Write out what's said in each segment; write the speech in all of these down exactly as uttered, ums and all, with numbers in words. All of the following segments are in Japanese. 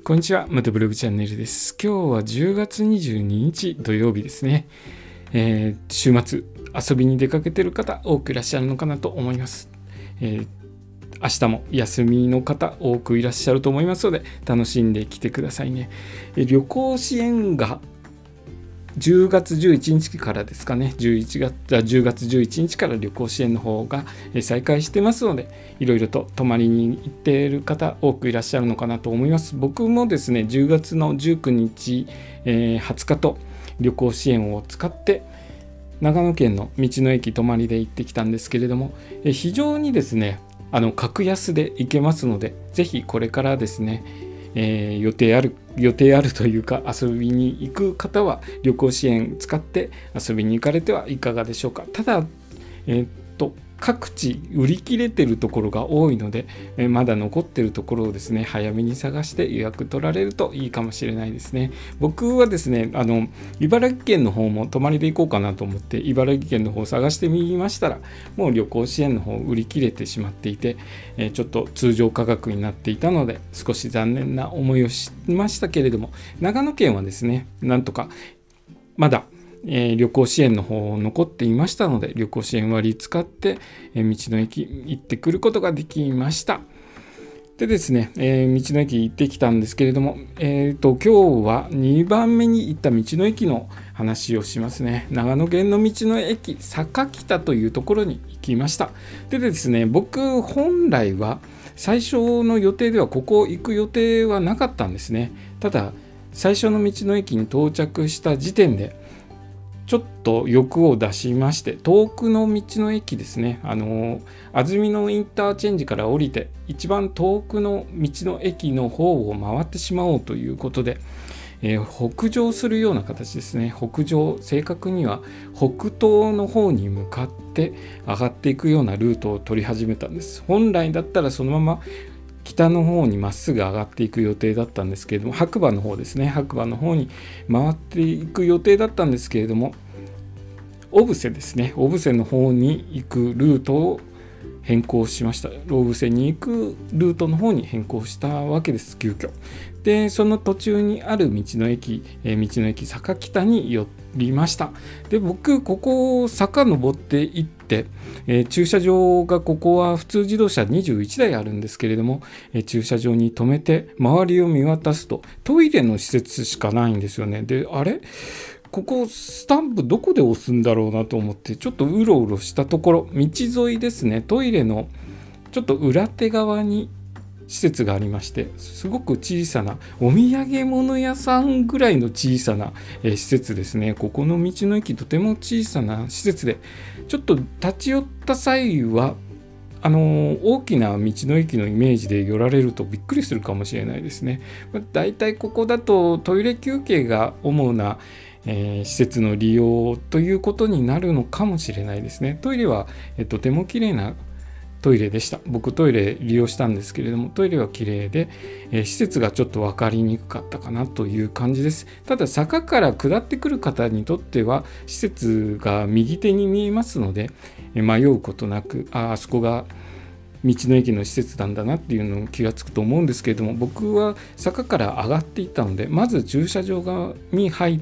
こんにちは、またブログチャンネルです。今日はじゅうがつにじゅうににち土曜日ですね。えー、週末遊びに出かけている方多くいらっしゃるのかなと思います。えー、明日も休みの方多くいらっしゃると思いますので楽しんできてくださいね。えー、旅行支援がじゅうがつじゅういちにちからですかね、じゅういちがつ、じゅうがつじゅういちにちから旅行支援の方が再開してますので、いろいろと泊まりに行っている方多くいらっしゃるのかなと思います。僕もですね、じゅうがつのじゅうくにち、えー、はつかと旅行支援を使って長野県の道の駅泊まりで行ってきたんですけれども、えー、非常にですね、あの格安で行けますので、ぜひこれからですね、えー、予定ある予定あるというか遊びに行く方は旅行支援使って遊びに行かれてはいかがでしょうか。ただ、えー、っと各地売り切れてるところが多いので、えー、まだ残ってるところをですね早めに探して予約取られるといいかもしれないですね。僕はですねあの茨城県の方も泊まりで行こうかなと思って茨城県の方を探してみましたら、もう旅行支援の方売り切れてしまっていて、えー、ちょっと通常価格になっていたので少し残念な思いをしましたけれども、長野県はですねなんとかまだえー、旅行支援の方残っていましたので、旅行支援割使って、えー、道の駅行ってくることができました。でですね、えー、道の駅行ってきたんですけれども、えーと、今日はにばんめに行った道の駅の話をしますね。長野県の道の駅坂北というところに行きました。でですね、僕本来は最初の予定ではここ行く予定はなかったんですね。ただ最初の道の駅に到着した時点でちょっと欲を出しまして、遠くの道の駅ですね、あの安曇野インターチェンジから降りて一番遠くの道の駅の方を回ってしまおうということで、えー、北上するような形ですね。北上、正確には北東の方に向かって上がっていくようなルートを取り始めたんです。本来だったらそのまま北の方にまっすぐ上がっていく予定だったんですけれども、白馬の方ですね、白馬の方に回っていく予定だったんですけれども、小布施ですね、小布施の方に行くルートを変更しました。小布施に行くルートの方に変更したわけです、急遽。で、その途中にある道の駅、えー、道の駅坂北に寄りました。で、僕ここを坂登っていって、えー、駐車場がここは普通自動車にじゅういちだいあるんですけれども、えー、駐車場に止めて周りを見渡すとトイレの施設しかないんですよね。で、あれここスタンプどこで押すんだろうなと思ってちょっとうろうろしたところ、道沿いですね、トイレのちょっと裏手側に施設がありまして、すごく小さなお土産物屋さんぐらいの小さな、えー、施設ですね。ここの道の駅とても小さな施設で、ちょっと立ち寄った際はあのー、大きな道の駅のイメージで寄られるとびっくりするかもしれないですね。だいたいここだとトイレ休憩が主なえー、施設の利用ということになるのかもしれないですね。トイレは、えー、とても綺麗なトイレでした。僕トイレ利用したんですけれども、トイレは綺麗で、えー、施設がちょっと分かりにくかったかなという感じです。ただ坂から下ってくる方にとっては施設が右手に見えますので、えー、迷うことなく、あ、あそこが道の駅の施設なんだなっていうのを気がつくと思うんですけれども、僕は坂から上がっていったので、まず駐車場側に入って、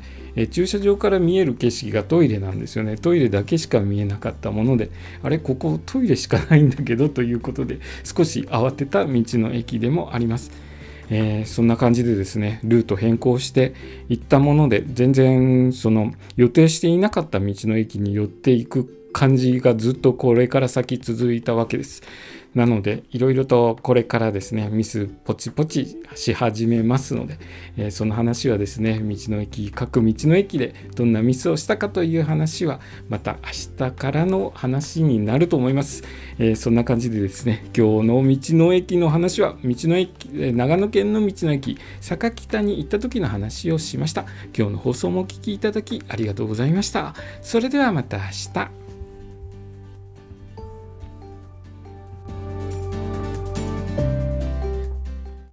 え駐車場から見える景色がトイレなんですよね。トイレだけしか見えなかったもので、あれここトイレしかないんだけどということで少し慌てた道の駅でもあります。えー、そんな感じでですね、ルート変更していったもので、全然その予定していなかった道の駅に寄っていく感じがずっとこれから先続いたわけです。なのでいろいろとこれからですねミスポチポチし始めますので、えー、その話はですね道の駅各道の駅でどんなミスをしたかという話はまた明日からの話になると思います。えー、そんな感じでですね今日の道の駅の話は道の駅長野県の道の駅坂北に行った時の話をしました。今日の放送もお聞きいただきありがとうございました。それではまた明日。